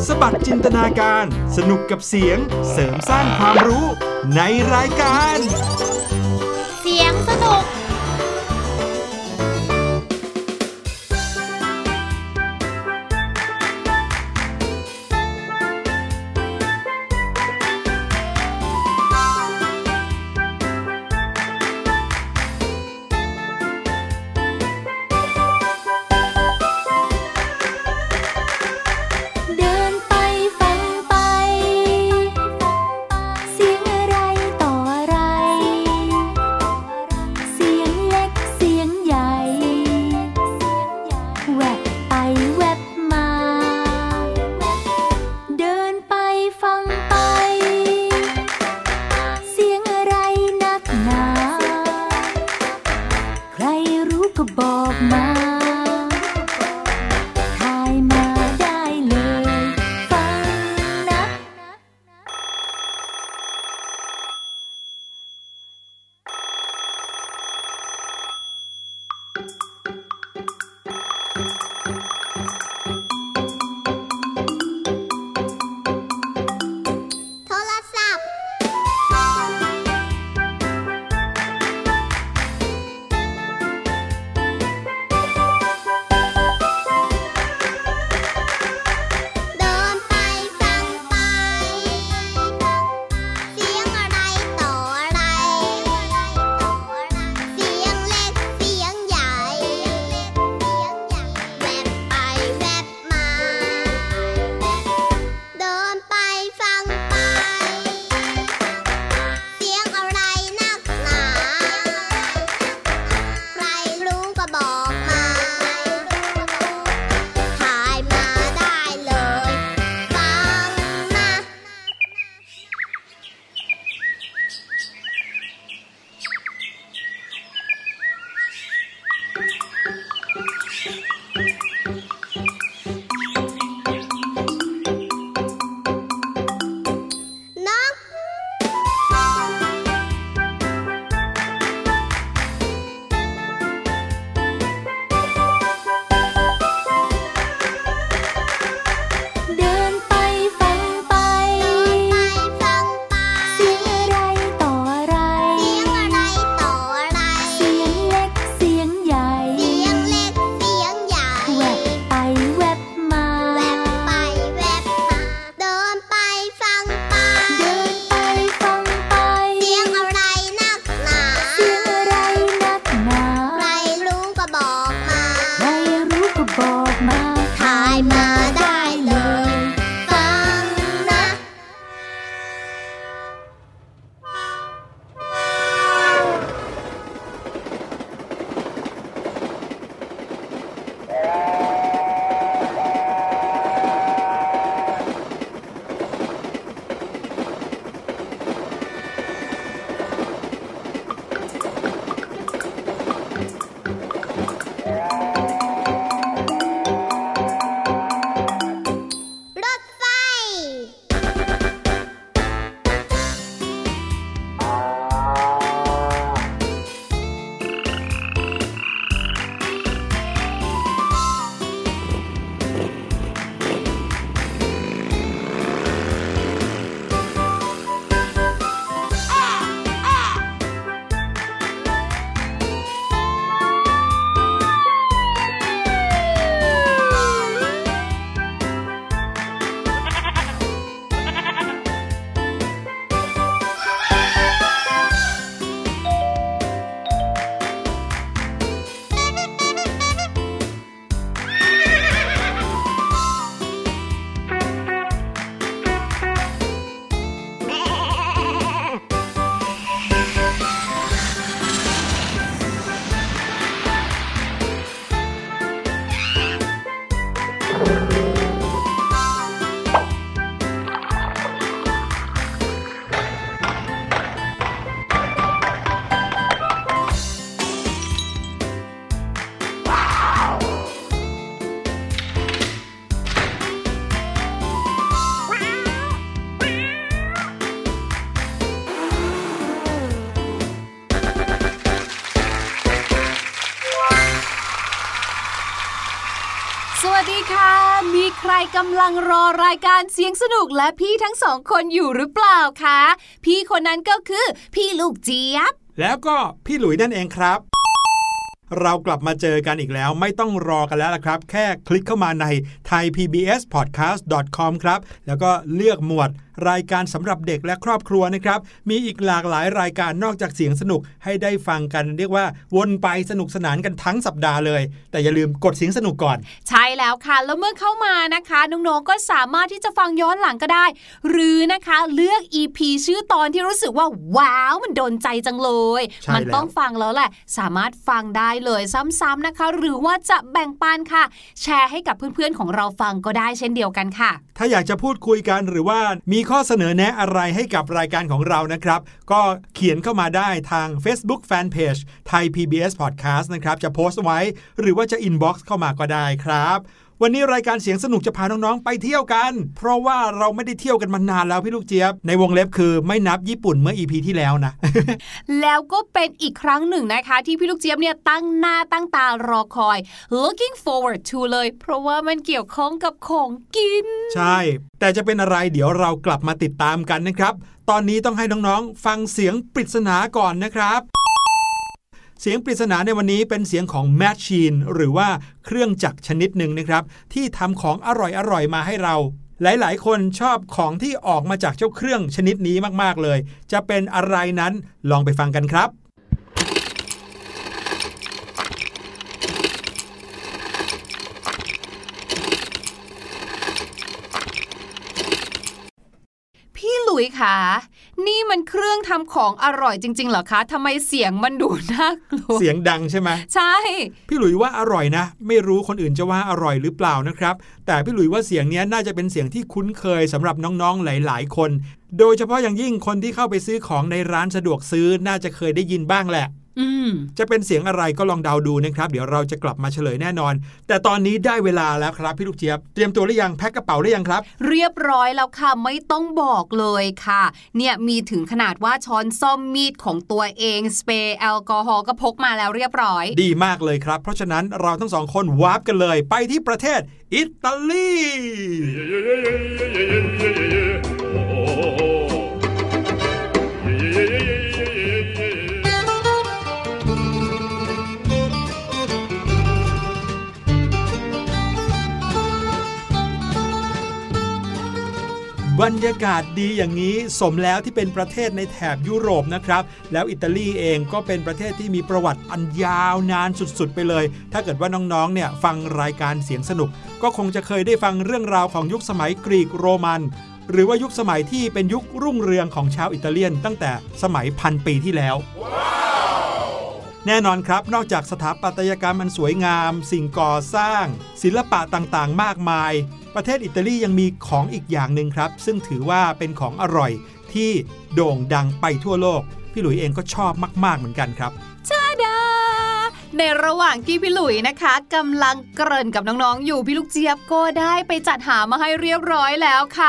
สบัดจินตนาการสนุกกับเสียงเสริมสร้างความรู้ในรายการเสียงสนุกสวัสดีค่ะนี่ใครกำลังรอรายการเสียงสนุกและพี่ทั้งสองคนอยู่หรือเปล่าคะพี่คนนั้นก็คือพี่ลูกเจี๊ยบแล้วก็พี่หลุยนั่นเองครับเรากลับมาเจอกันอีกแล้วไม่ต้องรอกันแล้วล่ะครับแค่คลิกเข้ามาใน thaipbspodcast.com ครับแล้วก็เลือกหมวดรายการสำหรับเด็กและครอบครัวนะครับมีอีกหลากหลายรายการนอกจากเสียงสนุกให้ได้ฟังกันเรียกว่าวนไปสนุกสนานกันทั้งสัปดาห์เลยแต่อย่าลืมกดเสียงสนุกก่อนใช่แล้วค่ะแล้วเมื่อเข้ามานะคะน้องๆก็สามารถที่จะฟังย้อนหลังก็ได้หรือนะคะเลือก EP ชื่อตอนที่รู้สึกว่าว้าวมันโดนใจจังเลยมันต้องฟังแล้วแหละสามารถฟังได้เลยซ้ำๆนะคะหรือว่าจะแบ่งปันค่ะแชร์ให้กับเพื่อนๆของเราฟังก็ได้เช่นเดียวกันค่ะถ้าอยากจะพูดคุยกันหรือว่ามีข้อเสนอแนะอะไรให้กับรายการของเรานะครับก็เขียนเข้ามาได้ทาง Facebook Fanpage Thai PBS Podcast นะครับจะโพสต์ไว้หรือว่าจะ inbox เข้ามาก็ได้ครับวันนี้รายการเสียงสนุกจะพาน้องๆไปเที่ยวกันเพราะว่าเราไม่ได้เที่ยวกันมานานแล้วพี่ลูกเจี๊ยบในวงเล็บคือไม่นับญี่ปุ่นเมื่อ EP ที่แล้วนะแล้วก็เป็นอีกครั้งหนึ่งนะคะที่พี่ลูกเจี๊ยบเนี่ยตั้งหน้าตั้งตารอคอย looking forward to เลยเพราะว่ามันเกี่ยวข้องกับของกินใช่แต่จะเป็นอะไรเดี๋ยวเรากลับมาติดตามกันนะครับตอนนี้ต้องให้น้องๆฟังเสียงปริศนาก่อนนะครับเสียงปริศนาในวันนี้เป็นเสียงของแมชชีนหรือว่าเครื่องจักรชนิดหนึ่งนะครับที่ทำของอร่อยๆมาให้เราหลายๆคนชอบของที่ออกมาจากเจ้าเครื่องชนิดนี้มากๆเลยจะเป็นอะไรนั้นลองไปฟังกันครับพี่หลุยคะนี่มันเครื่องทำของอร่อยจริงๆเหรอคะทำไมเสียงมันดูน่ากลัวเสียงดังใช่ไหมใช่พี่หลุยว่าอร่อยนะไม่รู้คนอื่นจะว่าอร่อยหรือเปล่านะครับแต่พี่หลุยว่าเสียงนี้น่าจะเป็นเสียงที่คุ้นเคยสำหรับน้องๆหลายๆคนโดยเฉพาะอย่างยิ่งคนที่เข้าไปซื้อของในร้านสะดวกซื้อน่าจะเคยได้ยินบ้างแหละจะเป็นเสียงอะไรก็ลองเดาดูนะครับเดี๋ยวเราจะกลับมาเฉลยแน่นอนแต่ตอนนี้ได้เวลาแล้วครับพี่ลูกเจี๊ยบเตรียมตัวหรือยังแพ็คกระเป๋าหรือยังครับเรียบร้อยแล้วค่ะไม่ต้องบอกเลยค่ะเนี่ยมีถึงขนาดว่าช้อนส้อมมีดของตัวเองสเปรย์แอลกอฮอล์ก็พกมาแล้วเรียบร้อยดีมากเลยครับเพราะฉะนั้นเราทั้งสองคนวาร์ปกันเลยไปที่ประเทศอิตาลีบรรยากาศดีอย่างนี้สมแล้วที่เป็นประเทศในแถบยุโรปนะครับแล้วอิตาลีเองก็เป็นประเทศที่มีประวัติอันยาวนานสุดๆไปเลยถ้าเกิดว่าน้องๆเนี่ยฟังรายการเสียงสนุกก็คงจะเคยได้ฟังเรื่องราวของยุคสมัยกรีกโรมันหรือว่ายุคสมัยที่เป็นยุครุ่งเรืองของชาวอิตาเลียนตั้งแต่สมัย1,000 ปีที่แล้ว แน่นอนครับนอกจากสถาปัตยกรรมอันสวยงามสิ่งก่อสร้างศิลปะต่างๆมากมายประเทศอิตาลียังมีของอีกอย่างหนึ่งครับซึ่งถือว่าเป็นของอร่อยที่โด่งดังไปทั่วโลกพี่หลุยเองก็ชอบมากๆเหมือนกันครับจ้าดาในระหว่างที่พี่หลุยนะคะกำลังเกริ่นกับน้องๆอยู่พี่ลูกเจี๊ยบก็ได้ไปจัดหามาให้เรียบร้อยแล้วค่ะ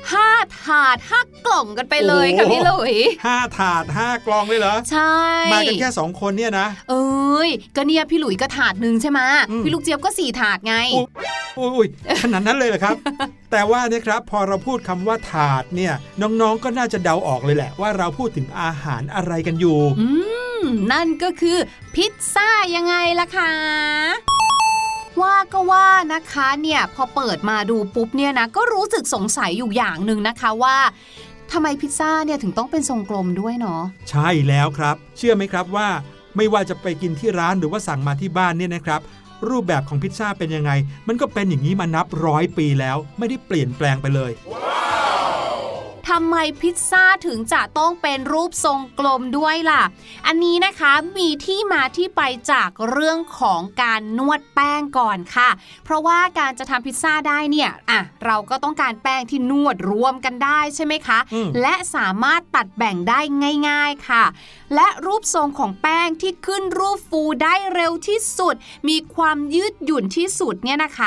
5 ถาด 5 กล่องกันไปเลยค่ะพี่หลุย 5 ถาด 5 กล่องเลยเหรอใช่มากันแค่2คนเนี่ยนะก็เนี่ยพี่หลุยก็ถาดนึงใช่ไหมพี่ลูกเจี๊ยบก็4 ถาดไงอุ้ยขนาดนั้นเลยเหรอครับ แต่ว่าเนี่ยครับพอเราพูดคำว่าถาดเนี่ยน้องๆก็น่าจะเดาออกเลยแหละว่าเราพูดถึงอาหารอะไรกันอยู่นั่นก็คือพิซซ่ายังไงล่ะคะว่าก็ว่านะคะเนี่ยพอเปิดมาดูปุ๊บเนี่ยนะก็รู้สึกสงสัยอยู่อย่างหนึ่งนะคะว่าทำไมพิซซ่าเนี่ยถึงต้องเป็นทรงกลมด้วยเนาะใช่แล้วครับเชื่อไหมครับว่าไม่ว่าจะไปกินที่ร้านหรือว่าสั่งมาที่บ้านเนี่ยนะครับรูปแบบของพิซซ่าเป็นยังไงมันก็เป็นอย่างนี้มานับ100 ปีแล้วไม่ได้เปลี่ยนแปลงไปเลยทำไมพิซซ่าถึงจะต้องเป็นรูปทรงกลมด้วยล่ะอันนี้นะคะมีที่มาที่ไปจากเรื่องของการนวดแป้งก่อนค่ะเพราะว่าการจะทำพิซซ่าได้เนี่ยเราก็ต้องการแป้งที่นวดรวมกันได้ใช่ไหมคะและสามารถตัดแบ่งได้ง่ายๆค่ะและรูปทรงของแป้งที่ขึ้นรูปฟูได้เร็วที่สุดมีความยืดหยุ่นที่สุดเนี่ยนะคะ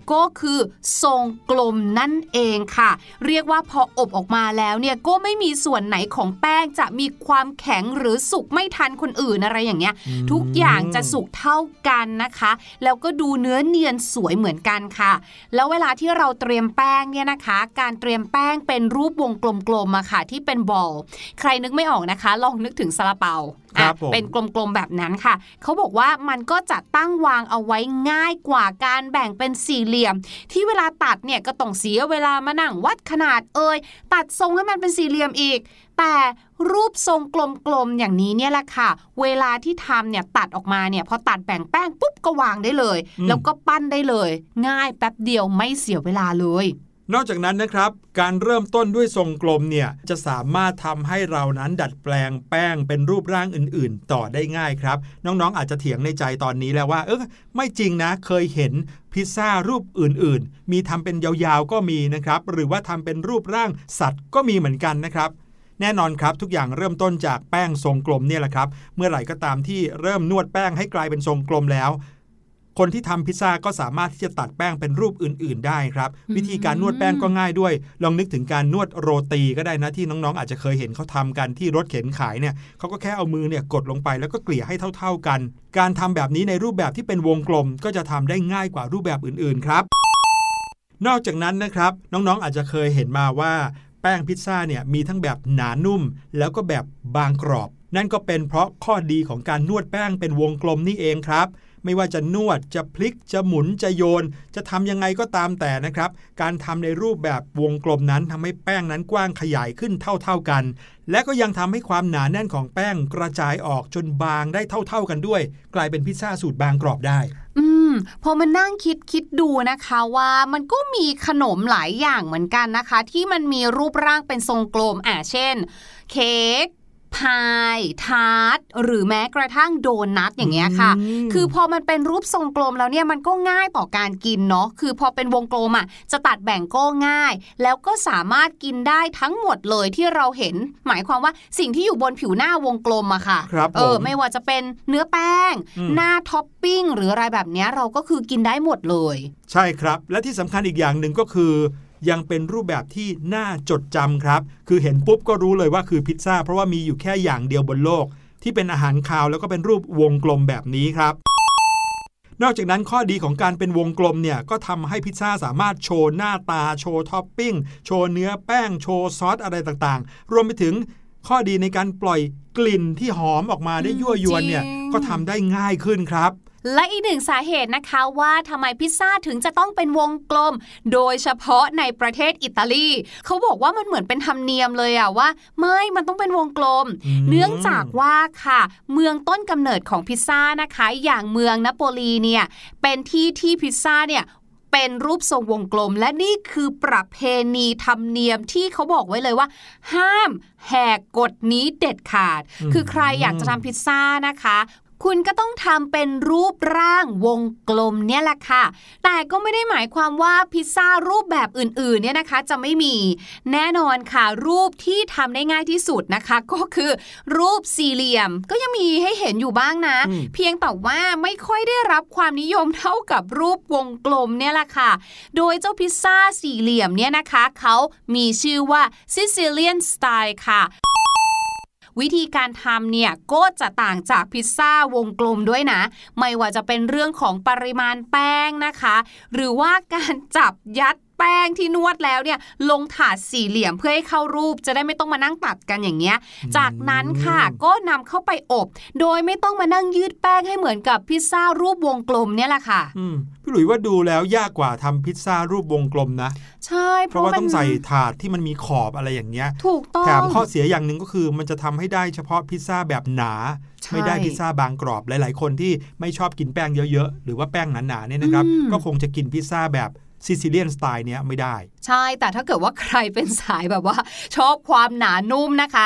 ก็คือทรงกลมนั่นเองค่ะเรียกว่าพออบออกมาแล้วเนี่ยก็ไม่มีส่วนไหนของแป้งจะมีความแข็งหรือสุกไม่ทันคนอื่นอะไรอย่างเงี้ยทุกอย่างจะสุกเท่ากันนะคะแล้วก็ดูเนื้อเนียนสวยเหมือนกันค่ะแล้วเวลาที่เราเตรียมแป้งเนี่ยนะคะการเตรียมแป้งเป็นรูปวงกลมๆอะค่ะที่เป็นบอลใครนึกไม่ออกนะคะลองนึกถึงซาลาเปาเป็นกลมๆแบบนั้นค่ะเขาบอกว่ามันก็จะตั้งวางเอาไว้ง่ายกว่าการแบ่งเป็นสี่เหลี่ยมที่เวลาตัดเนี่ยก็ต้องเสียเวลามานั่งวัดขนาดตัดทรงให้มันเป็นสี่เหลี่ยมอีกแต่รูปทรงกลมๆอย่างนี้เนี่ยแหละค่ะเวลาที่ทำเนี่ยตัดออกมาเนี่ยพอตัดแบ่งแป้งปุ๊บก็วางได้เลยแล้วก็ปั้นได้เลยง่ายแป๊บเดียวไม่เสียเวลาเลยนอกจากนั้นนะครับการเริ่มต้นด้วยทรงกลมเนี่ยจะสามารถทำให้เรานั้นดัดแปลงแป้งเป็นรูปร่างอื่นๆต่อได้ง่ายครับน้องๆอาจจะเถียงในใจตอนนี้แล้วว่าไม่จริงนะเคยเห็นพิซซ่ารูปอื่นๆมีทำเป็นยาวๆก็มีนะครับหรือว่าทำเป็นรูปร่างสัตว์ก็มีเหมือนกันนะครับแน่นอนครับทุกอย่างเริ่มต้นจากแป้งทรงกลมเนี่ยแหละครับเมื่อไหร่ก็ตามที่เริ่มนวดแป้งให้กลายเป็นทรงกลมแล้วคนที่ทำพิซซ่าก็สามารถที่จะตัดแป้งเป็นรูปอื่นๆได้ครับวิธีการนวดแป้งก็ง่ายด้วยลองนึกถึงการนวดโรตีก็ได้นะที่น้องๆอาจจะเคยเห็นเขาทำกันที่รถเข็นขายเนี่ยเขาก็แค่เอามือเนี่ยกดลงไปแล้วก็เกลี่ยให้เท่าๆกันการทำแบบนี้ในรูปแบบที่เป็นวงกลมก็จะทำได้ง่ายกว่ารูปแบบอื่นๆครับนอกจากนั้นนะครับน้องๆอาจจะเคยเห็นมาว่าแป้งพิซซ่าเนี่ยมีทั้งแบบหนานุ่มแล้วก็แบบบางกรอบนั่นก็เป็นเพราะข้อดีของการนวดแป้งเป็นวงกลมนี่เองครับไม่ว่าจะนวดจะพลิกจะหมุนจะโยนจะทำยังไงก็ตามแต่นะครับการทำในรูปแบบวงกลมนั้นทำให้แป้งนั้นกว้างขยายขึ้นเท่ากันและก็ยังทำให้ความหนาแน่นของแป้งกระจายออกจนบางได้เท่ากันด้วยกลายเป็นพิซซ่าสูตรบางกรอบได้พอมานั่งคิดดูนะคะว่ามันก็มีขนมหลายอย่างเหมือนกันนะคะที่มันมีรูปร่างเป็นทรงกลมเช่นเค้กพายทาร์ตหรือแม้กระทั่งโดนัทอย่างเงี้ยค่ะคือพอมันเป็นรูปทรงกลมแล้วเนี่ยมันก็ง่ายต่อการกินเนาะคือพอเป็นวงกลมจะตัดแบ่งก็ง่ายแล้วก็สามารถกินได้ทั้งหมดเลยที่เราเห็นหมายความว่าสิ่งที่อยู่บนผิวหน้าวงกลมค่ะไม่ว่าจะเป็นเนื้อแป้งหน้าท็อปปิ้งหรืออะไรแบบเนี้ยเราก็คือกินได้หมดเลยใช่ครับและที่สำคัญอีกอย่างหนึ่งก็คือยังเป็นรูปแบบที่น่าจดจำครับคือเห็นปุ๊บก็รู้เลยว่าคือพิซซ่าเพราะว่ามีอยู่แค่อย่างเดียวบนโลกที่เป็นอาหารคาวแล้วก็เป็นรูปวงกลมแบบนี้ครับนอกจากนั้นข้อดีของการเป็นวงกลมเนี่ยก็ทำให้พิซซ่าสามารถโชว์หน้าตาโชว์ท็อปปิ้งโชว์เนื้อแป้งโชว์ซอสอะไรต่างๆรวมไปถึงข้อดีในการปล่อยกลิ่นที่หอมออกมาได้ยั่วยวนเนี่ยก็ทำได้ง่ายขึ้นครับและอีกหนึ่งสาเหตุนะคะว่าทำไมพิซซ่าถึงจะต้องเป็นวงกลมโดยเฉพาะในประเทศอิตาลีเขาบอกว่ามันเหมือนเป็นธรรมเนียมเลยว่ามันต้องเป็นวงกลมเนื่องจากว่าค่ะเมืองต้นกำเนิดของพิซซ่านะคะอย่างเมืองนาโปลีเนี่ยเป็นที่พิซซ่าเนี่ยเป็นรูปทรงวงกลมและนี่คือประเพณีธรรมเนียมที่เขาบอกไว้เลยว่าห้ามแหกกฎนี้เด็ดขาดคือใครอยากจะทำพิซซ่านะคะคุณก็ต้องทำเป็นรูปร่างวงกลมเนี่ยแหละค่ะแต่ก็ไม่ได้หมายความว่าพิซซ่ารูปแบบอื่นๆเนี่ยนะคะจะไม่มีแน่นอนค่ะรูปที่ทำได้ง่ายที่สุดนะคะก็คือรูปสี่เหลี่ยมก็ยังมีให้เห็นอยู่บ้างนะเพียงแต่ว่าไม่ค่อยได้รับความนิยมเท่ากับรูปวงกลมเนี่ยแหละค่ะโดยเจ้าพิซซ่าสี่เหลี่ยมเนี่ยนะคะเขามีชื่อว่า Sicilian Style ค่ะวิธีการทำเนี่ยก็จะต่างจากพิซซ่าวงกลมด้วยนะไม่ว่าจะเป็นเรื่องของปริมาณแป้งนะคะหรือว่าการจับยัดแป้งที่นวดแล้วเนี่ยลงถาดสี่เหลี่ยมเพื่อให้เข้ารูปจะได้ไม่ต้องมานั่งตัดกันอย่างเงี้ยจากนั้นค่ะก็นำเข้าไปอบโดยไม่ต้องมานั่งยืดแป้งให้เหมือนกับพิซซ่ารูปวงกลมเนี่ยแหละค่ะพี่หลุยว่าดูแล้วยากกว่าทำพิซซ่ารูปวงกลมนะใช่เพราะว่าต้องใส่ถาดที่มันมีขอบอะไรอย่างเงี้ยถูกต้องแถมข้อเสียอย่างนึงก็คือมันจะทำให้ได้เฉพาะพิซซ่าแบบหนาไม่ได้พิซซ่าบางกรอบหลายๆคนที่ไม่ชอบกินแป้งเยอะๆหรือว่าแป้งหนาๆเนี่ยนะครับก็คงจะกินพิซซ่าแบบซิซิเลียนสไตล์เนี้ยไม่ได้ใช่แต่ถ้าเกิดว่าใครเป็นสายแบบว่าชอบความหนานุ่มนะคะ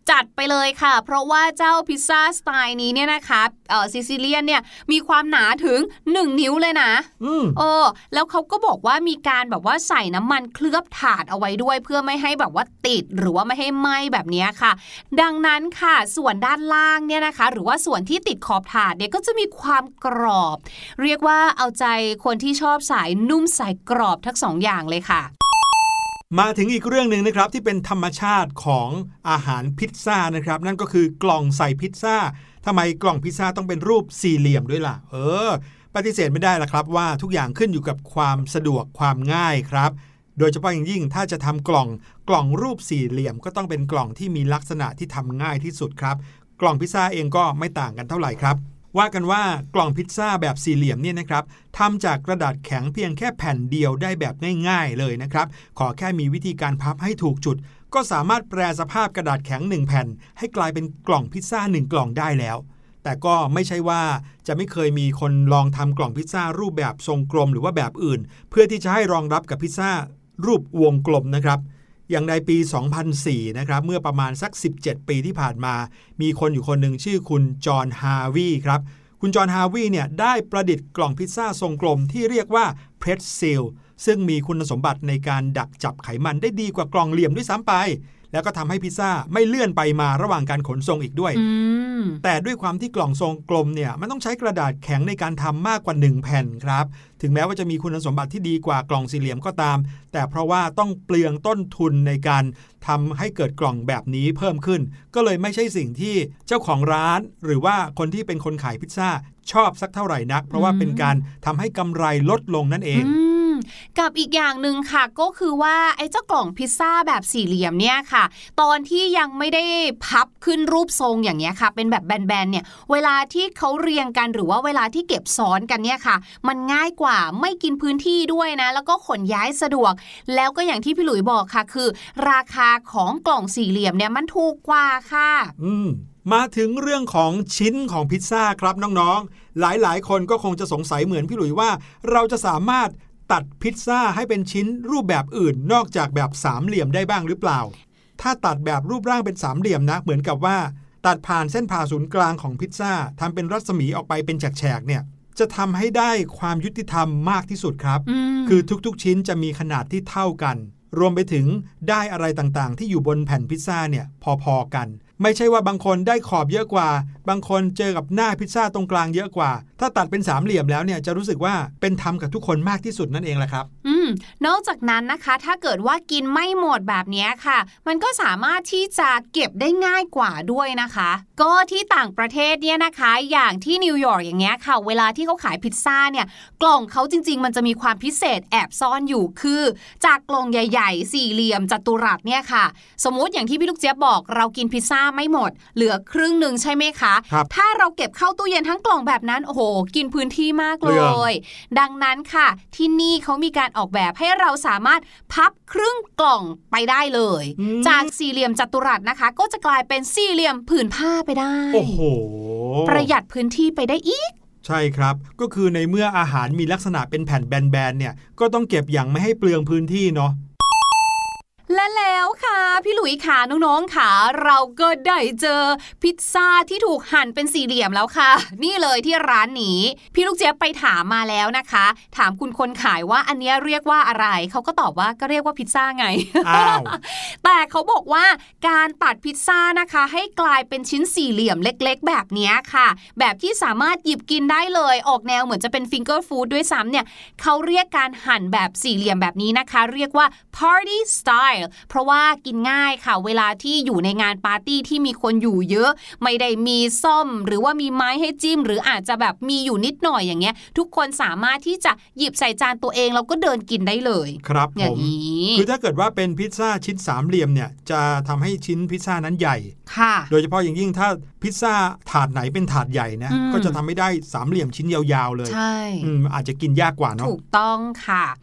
จัดไปเลยค่ะเพราะว่าเจ้าพิซซ่าสไตล์นี้เนี่ยนะคะซิซิเลียนเนี่ยมีความหนาถึง1 นิ้วเลยนะแล้วเขาก็บอกว่ามีการแบบว่าใส่น้ำมันเคลือบถาดเอาไว้ด้วยเพื่อไม่ให้แบบว่าติดหรือว่าไม่ให้ไหม้แบบนี้ค่ะดังนั้นค่ะส่วนด้านล่างเนี่ยนะคะหรือว่าส่วนที่ติดขอบถาดเนี่ยก็จะมีความกรอบเรียกว่าเอาใจคนที่ชอบสายนุ่มสายกรอบทั้ง2 อย่างเลยค่ะมาถึงอีกเรื่องนึงนะครับที่เป็นธรรมชาติของอาหารพิซซ่านะครับนั่นก็คือกล่องใส่พิซซ่าทำไมกล่องพิซซ่าต้องเป็นรูปสี่เหลี่ยมด้วยล่ะปฏิเสธไม่ได้ละครับว่าทุกอย่างขึ้นอยู่กับความสะดวกความง่ายครับโดยเฉพาะอย่างยิ่งถ้าจะทำกล่องรูปสี่เหลี่ยมก็ต้องเป็นกล่องที่มีลักษณะที่ทำง่ายที่สุดครับกล่องพิซซ่าเองก็ไม่ต่างกันเท่าไหร่ครับว่ากันว่ากล่องพิซซ่าแบบสี่เหลี่ยมเนี่ยนะครับทำจากกระดาษแข็งเพียงแค่แผ่นเดียวได้แบบง่ายๆเลยนะครับขอแค่มีวิธีการพับให้ถูกจุดก็สามารถแปลสภาพกระดาษแข็ง1 แผ่นให้กลายเป็นกล่องพิซซ่า1 กล่องได้แล้วแต่ก็ไม่ใช่ว่าจะไม่เคยมีคนลองทำกล่องพิซซ่ารูปแบบทรงกลมหรือว่าแบบอื่นเพื่อที่จะให้รองรับกับพิซซ่ารูปวงกลมนะครับอย่างในปี 2004 นะครับเมื่อประมาณสัก17 ปีที่ผ่านมามีคนอยู่คนหนึ่งชื่อคุณจอห์นฮาวีครับคุณจอห์นฮาวีเนี่ยได้ประดิษฐ์กล่องพิซซ่าทรงกลมที่เรียกว่าเพรสซิลซึ่งมีคุณสมบัติในการดักจับไขมันได้ดีกว่ากล่องเหลี่ยมด้วยซ้ำไปแล้วก็ทำให้พิซซ่าไม่เลื่อนไปมาระหว่างการขนส่งอีกด้วยแต่ด้วยความที่กล่องทรงกลมเนี่ยมันต้องใช้กระดาษแข็งในการทำมากกว่า1 แผ่นครับถึงแม้ว่าจะมีคุณสมบัติที่ดีกว่ากล่องสี่เหลี่ยมก็ตามแต่เพราะว่าต้องเปลืองต้นทุนในการทำให้เกิดกล่องแบบนี้เพิ่มขึ้นก็เลยไม่ใช่สิ่งที่เจ้าของร้านหรือว่าคนที่เป็นคนขายพิซซ่าชอบสักเท่าไหร่นักเพราะว่าเป็นการทำให้กำไรลดลงนั่นเองกับอีกอย่างหนึ่งค่ะก็คือว่าไอ้เจ้ากล่องพิซซ่าแบบสี่เหลี่ยมเนี่ยค่ะตอนที่ยังไม่ได้พับขึ้นรูปทรงอย่างเงี้ยค่ะเป็นแบบแบนๆเนี่ยเวลาที่เขาเรียงกันหรือว่าเวลาที่เก็บซ้อนกันเนี่ยค่ะมันง่ายกว่าไม่กินพื้นที่ด้วยนะแล้วก็ขนย้ายสะดวกแล้วก็อย่างที่พี่หลุยบอกค่ะคือราคาของกล่องสี่เหลี่ยมเนี่ยมันถูกกว่าค่ะมาถึงเรื่องของชิ้นของพิซซ่าครับน้องๆหลายๆคนก็คงจะสงสัยเหมือนพี่หลุยว่าเราจะสามารถตัดพิซซ่าให้เป็นชิ้นรูปแบบอื่นนอกจากแบบสามเหลี่ยมได้บ้างหรือเปล่าถ้าตัดแบบรูปร่างเป็นสามเหลี่ยมนะเหมือนกับว่าตัดผ่านเส้นผ่าศูนย์กลางของพิซซ่าทำเป็นรัศมีออกไปเป็นแฉกๆเนี่ยจะทำให้ได้ความยุติธรรมมากที่สุดครับคือทุกๆชิ้นจะมีขนาดที่เท่ากันรวมไปถึงได้อะไรต่างๆที่อยู่บนแผ่นพิซซ่าเนี่ยพอๆกันไม่ใช่ว่าบางคนได้ขอบเยอะกว่าบางคนเจอกับหน้าพิซซ่าตรงกลางเยอะกว่าถ้าตัดเป็นสามเหลี่ยมแล้วเนี่ยจะรู้สึกว่าเป็นธรรมกับทุกคนมากที่สุดนั่นเองแหละครับนอกจากนั้นนะคะถ้าเกิดว่ากินไม่หมดแบบนี้ค่ะมันก็สามารถที่จะเก็บได้ง่ายกว่าด้วยนะคะก็ที่ต่างประเทศเนี่ยนะคะอย่างที่นิวยอร์กอย่างเงี้ยค่ะเวลาที่เขาขายพิซซ่าเนี่ยกล่องเขาจริงๆมันจะมีความพิเศษแอบซ่อนอยู่คือจากกล่องใหญ่ๆสี่เหลี่ยมจัตุรัสเนี่ยค่ะสมมุติอย่างที่พี่ลูกเจี๊ยบบอกเรากินพิซซ่าไม่หมดเหลือครึ่งนึงใช่ไหมคะถ้าเราเก็บเข้าตู้เย็นทั้งกล่องแบบนั้นโอ้โหกินพื้นที่มากเลยดังนั้นค่ะที่นี่เขามีการออกแบบให้เราสามารถพับครึ่งกล่องไปได้เลยจากสี่เหลี่ยมจัตุรัสนะคะก็จะกลายเป็นสี่เหลี่ยมผืนผ้าไปได้โอ้โหประหยัดพื้นที่ไปได้อีกใช่ครับก็คือในเมื่ออาหารมีลักษณะเป็นแผ่นแบนๆเนี่ยก็ต้องเก็บอย่างไม่ให้เปลืองพื้นที่เนาะและแล้วค่ะพี่หลุยขาน้องๆค่ะเราก็ได้เจอพิซซ่าที่ถูกหั่นเป็นสี่เหลี่ยมแล้วค่ะนี่เลยที่ร้านนี้พี่ลูกเจี๊ยบไปถามมาแล้วนะคะถามคุณคนขายว่าอันนี้เรียกว่าอะไรเขาก็ตอบว่าก็เรียกว่าพิซซ่าไง แต่เขาบอกว่าการตัดพิซซ่านะคะให้กลายเป็นชิ้นสี่เหลี่ยมเล็กๆแบบนี้ค่ะแบบที่สามารถหยิบกินได้เลยออกแนวเหมือนจะเป็นฟิงเกอร์ฟู้ดด้วยซ้ำเนี่ยเขาเรียกการหั่นแบบสี่เหลี่ยมแบบนี้นะคะเรียกว่า party style เพราะว่ากินง่ายค่ะเวลาที่อยู่ในงานปาร์ตี้ที่มีคนอยู่เยอะไม่ได้มีซ่อมหรือว่ามีไม้ให้จิ้มหรืออาจจะแบบมีอยู่นิดหน่อยอย่างเงี้ยทุกคนสามารถที่จะหยิบใส่จานตัวเองแล้วก็เดินกินได้เลยครับผมคือถ้าเกิดว่าเป็นพิซซ่าชิ้นสามเหลี่ยมเนี่ยจะทำให้ชิ้นพิซซ่านั้นใหญ่ค่ะโดยเฉพาะอย่างยิ่งถ้าพิซซ่าถาดไหนเป็นถาดใหญ่นะก็จะทำให้ได้สามเหลี่ยมชิ้นยาวๆเลยใช่อาจจะกินยากกว่าเนาะถูกต้องค่ะ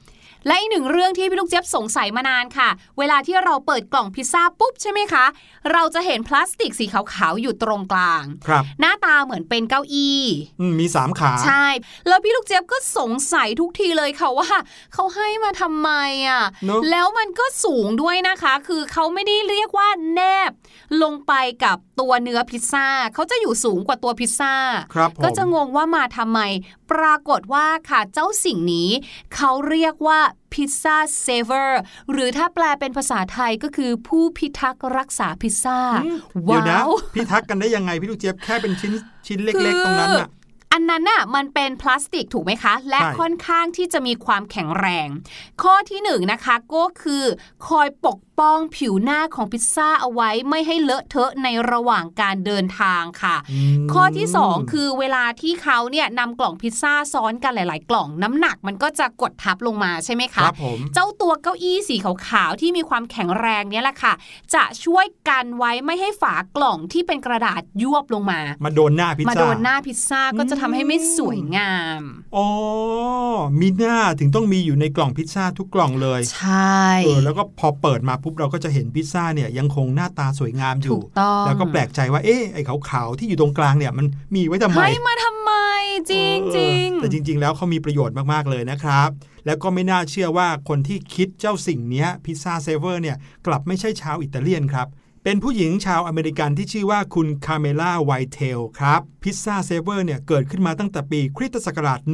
และอีกหนึ่งเรื่องที่พี่ลูกเจี๊ยบสงสัยมานานค่ะเวลาที่เราเปิดกล่องพิซซ่าปุ๊บใช่ไหมคะเราจะเห็นพลาสติกสีขาวๆอยู่ตรงกลางหน้าตาเหมือนเป็นเก้าอี้มี3ขาใช่แล้วพี่ลูกเจี๊ยบก็สงสัยทุกทีเลยค่ะว่าเขาให้มาทำไมอ่ะ แล้วมันก็สูงด้วยนะคะคือเขาไม่ได้เรียกว่าแนบลงไปกับตัวเนื้อพิซซ่าเขาจะอยู่สูงกว่าตัวพิซซ่าก็จะงงว่ามาทำไมปรากฏว่าค่ะเจ้าสิ่งนี้เขาเรียกว่าพิซซ่าเซเวอร์หรือถ้าแปลเป็นภาษาไทยก็คือผู้พิทักษ์รักษาพิซซ่าว้าวพิทักษ์กันได้ยังไงพี่ลูกเจี๊ยบแค่เป็นชิ้นเล็กๆตรงนั้นน่ะอันนั้นน่ะมันเป็นพลาสติกถูกไหมคะและค่อนข้างที่จะมีความแข็งแรงข้อที่1นะคะก็คือคอยปกป้องผิวหน้าของพิซซ่าเอาไว้ไม่ให้เลอะเทอะในระหว่างการเดินทางค่ะข้อที่2คือเวลาที่เขาเนี่ยนำกล่องพิซซ่าซ้อนกันหลายๆกล่องน้ำหนักมันก็จะกดทับลงมาใช่ไหมคะเจ้าตัวเก้าอี้สีขาวๆที่มีความแข็งแรงเนี่ยแหละค่ะจะช่วยกันไว้ไม่ให้ฝากล่องที่เป็นกระดาษยวบลงมาโดนหน้าพิซซ่าก็จะทำให้ไม่สวยงามอ๋อมีหน้าถึงต้องมีอยู่ในกล่องพิซซ่าทุกกล่องเลยใช่แล้วก็พอเปิดมาปุ๊บเราก็จะเห็นพิซซ่าเนี่ยยังคงหน้าตาสวยงามอยู่แล้วก็แปลกใจว่าไอ้ขาวๆที่อยู่ตรงกลางเนี่ยมันมีไว้ทำไมให้มาทำไมจริงๆแต่จริงๆแล้วเขามีประโยชน์มากๆเลยนะครับแล้วก็ไม่น่าเชื่อว่าคนที่คิดเจ้าสิ่งนี้พิซซ่าเซเวอร์เนี่ยกลับไม่ใช่ชาวอิตาเลียนครับเป็นผู้หญิงชาวอเมริกันที่ชื่อว่าคุณคาเมล่าไวเทลครับพิซซ่าเซเวอร์เนี่ยเกิดขึ้นมาตั้งแต่ปีคริสตศักราช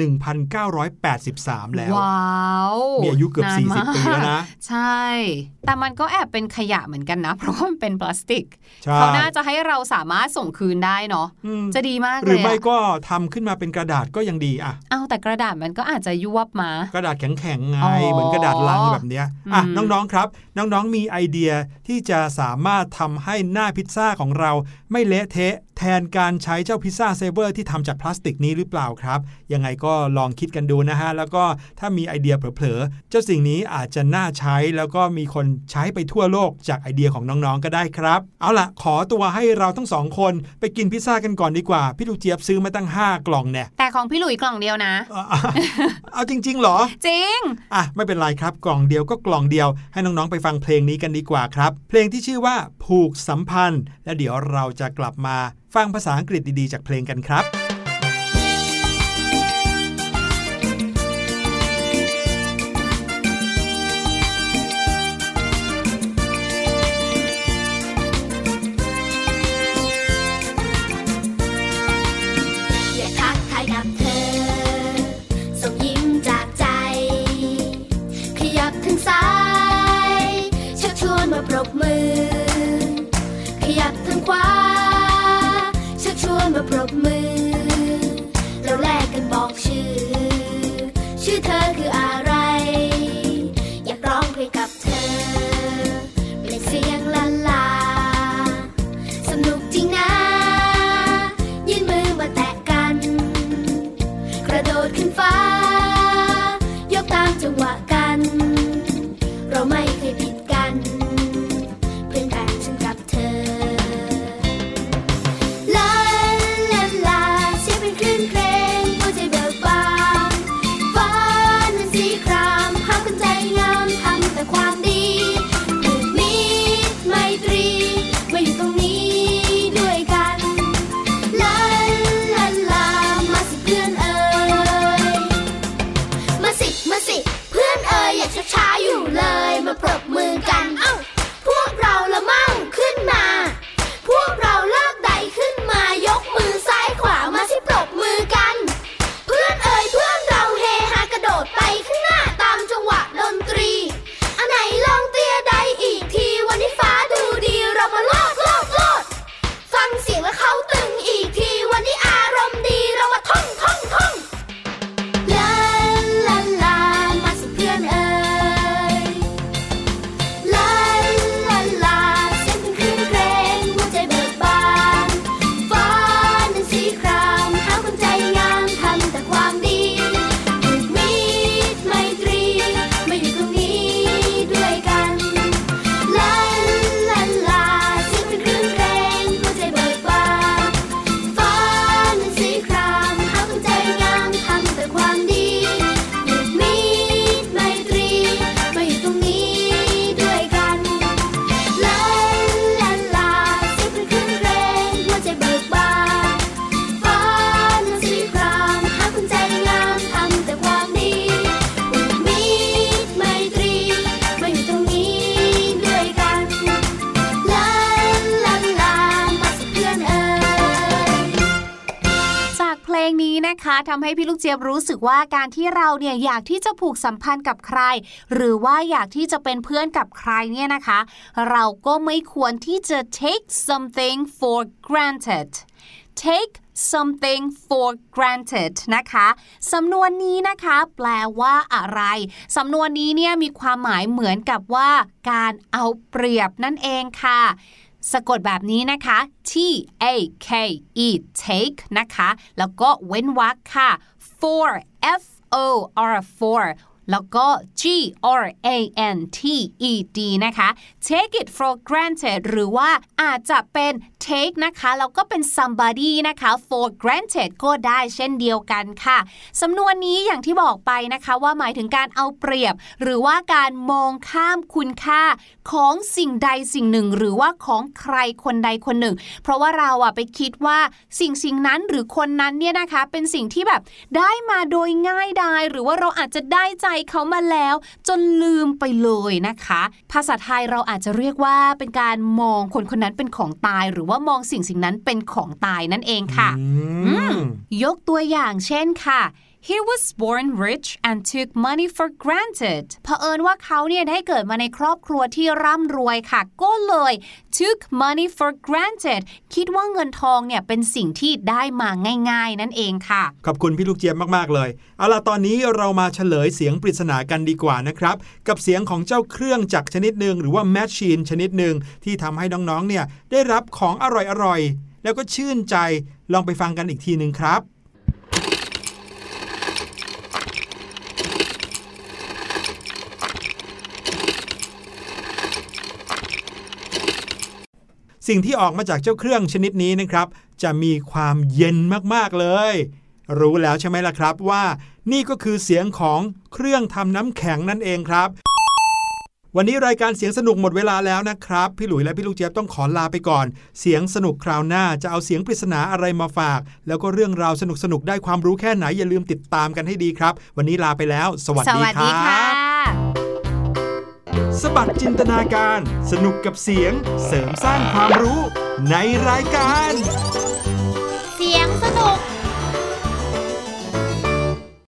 1983แล้วว้าวมีอายุเกือบ40ปีแล้วนะใช่แต่มันก็แอบเป็นขยะเหมือนกันนะเพราะว่ามันเป็นพลาสติกเขาน่าจะให้เราสามารถส่งคืนได้เนาะจะดีมากเลยหรือไม่ก็ทำขึ้นมาเป็นกระดาษก็ยังดีอ่ะแต่กระดาษมันก็อาจจะยวบมากระดาษแข็งๆไงเหมือนกระดาษลังแบบเนี้ยน้องๆครับน้องๆมีไอเดียที่จะสามารถทำให้หน้าพิซซ่าของเราไม่เละเทะแทนการใช้เจ้าพิซซ่าเซเวอร์ที่ทำจากพลาสติกนี้หรือเปล่าครับยังไงก็ลองคิดกันดูนะฮะแล้วก็ถ้ามีไอเดียเผลอๆเจ้าสิ่งนี้อาจจะน่าใช้แล้วก็มีคนใช้ไปทั่วโลกจากไอเดียของน้องๆก็ได้ครับเอาล่ะขอตัวให้เราทั้ง2คนไปกินพิซซ่ากันก่อนดีกว่าพี่ลูกเจี๊ยบซื้อมาตั้ง5กล่องเนี่ยแต่ของพี่หลุยกล่องเดียวนะเอาจริงๆเหรอจริงไม่เป็นไรครับกล่องเดียวก็กล่องเดียวให้น้องๆไปฟังเพลงนี้กันดีกว่าครับเพลงที่ชื่อว่าผูกสัมพันธ์และเดี๋ยวเราจะกลับมาฟังภาษาอังกฤษดีๆจากเพลงกันครับปรบมือขยับทางขวาชักชวนมาปรบมือเราแลกกันบอกชื่อเธอคืออะไรอยากร้องเพลงกับเธอเปล่งเสียงละลาสนุกจริงนะยื่นมือมาแตะกันกระโดดขึ้นฟ้ายกตามจังหวะกันเราไม่เคยผิดกันเพื่อนนะคะทำให้พี่ลูกเจี๊ยบรู้สึกว่าการที่เราเนี่ยอยากที่จะผูกสัมพันธ์กับใครหรือว่าอยากที่จะเป็นเพื่อนกับใครเนี่ยนะคะเราก็ไม่ควรที่จะ take something for granted take something for granted นะคะสำนวนนี้นะคะแปลว่าอะไรสำนวนนี้เนี่ยมีความหมายเหมือนกับว่าการเอาเปรียบนั่นเองค่ะสะกดแบบนี้นะคะ T A K E take นะคะแล้วก็เว้นวรรคค่ะ for F O R forแล้วก็ G R A N T E D นะคะ take it for granted หรือว่าอาจจะเป็น take นะคะแล้วก็เป็น somebody นะคะ for granted ก็ได้เช่นเดียวกันค่ะสำนวนนี้อย่างที่บอกไปนะคะว่าหมายถึงการเอาเปรียบหรือว่าการมองข้ามคุณค่าของสิ่งใดสิ่งหนึ่งหรือว่าของใครคนใดคนหนึ่งเพราะว่าเราไปคิดว่าสิ่งนั้นหรือคนนั้นเนี่ยนะคะเป็นสิ่งที่แบบได้มาโดยง่ายดายหรือว่าเราอาจจะได้ใจเขามาแล้วจนลืมไปเลยนะคะภาษาไทยเราอาจจะเรียกว่าเป็นการมองคนคนนั้นเป็นของตายหรือว่ามองสิ่งนั้นเป็นของตายนั่นเองค่ะยกตัวอย่างเช่นค่ะHe was born rich and took money for granted เผอิญว่าเขาเนี่ยได้เกิดมาในครอบครัวที่ร่ำรวยค่ะก็เลย took money for granted คิดว่าเงินทองเนี่ยเป็นสิ่งที่ได้มาง่ายๆนั่นเองค่ะขอบคุณพี่ลูกเจี๊ยบมากๆเลยเอาล่ะตอนนี้เรามาเฉลยเสียงปริศนากันดีกว่านะครับกับเสียงของเจ้าเครื่องจักรชนิดหนึ่งหรือว่าแมชชีนชนิดหนึ่งที่ทำให้น้องๆเนี่ยได้รับของอร่อยๆแล้วก็ชื่นใจลองไปฟังกันอีกทีนึงครับสิ่งที่ออกมาจากเจ้าเครื่องชนิดนี้นะครับจะมีความเย็นมากๆเลยรู้แล้วใช่ไหมล่ะครับว่านี่ก็คือเสียงของเครื่องทำน้ำแข็งนั่นเองครับวันนี้รายการเสียงสนุกหมดเวลาแล้วนะครับพี่หลุยและพี่ลูกเจี๊ยบต้องขอลาไปก่อนเสียงสนุกคราวหน้าจะเอาเสียงปริศนาอะไรมาฝากแล้วก็เรื่องราวสนุกๆได้ความรู้แค่ไหนอย่าลืมติดตามกันให้ดีครับวันนี้ลาไปแล้วสวัสดีครับสบัดจินตนาการสนุกกับเสียงเสริมสร้างความรู้ในรายการ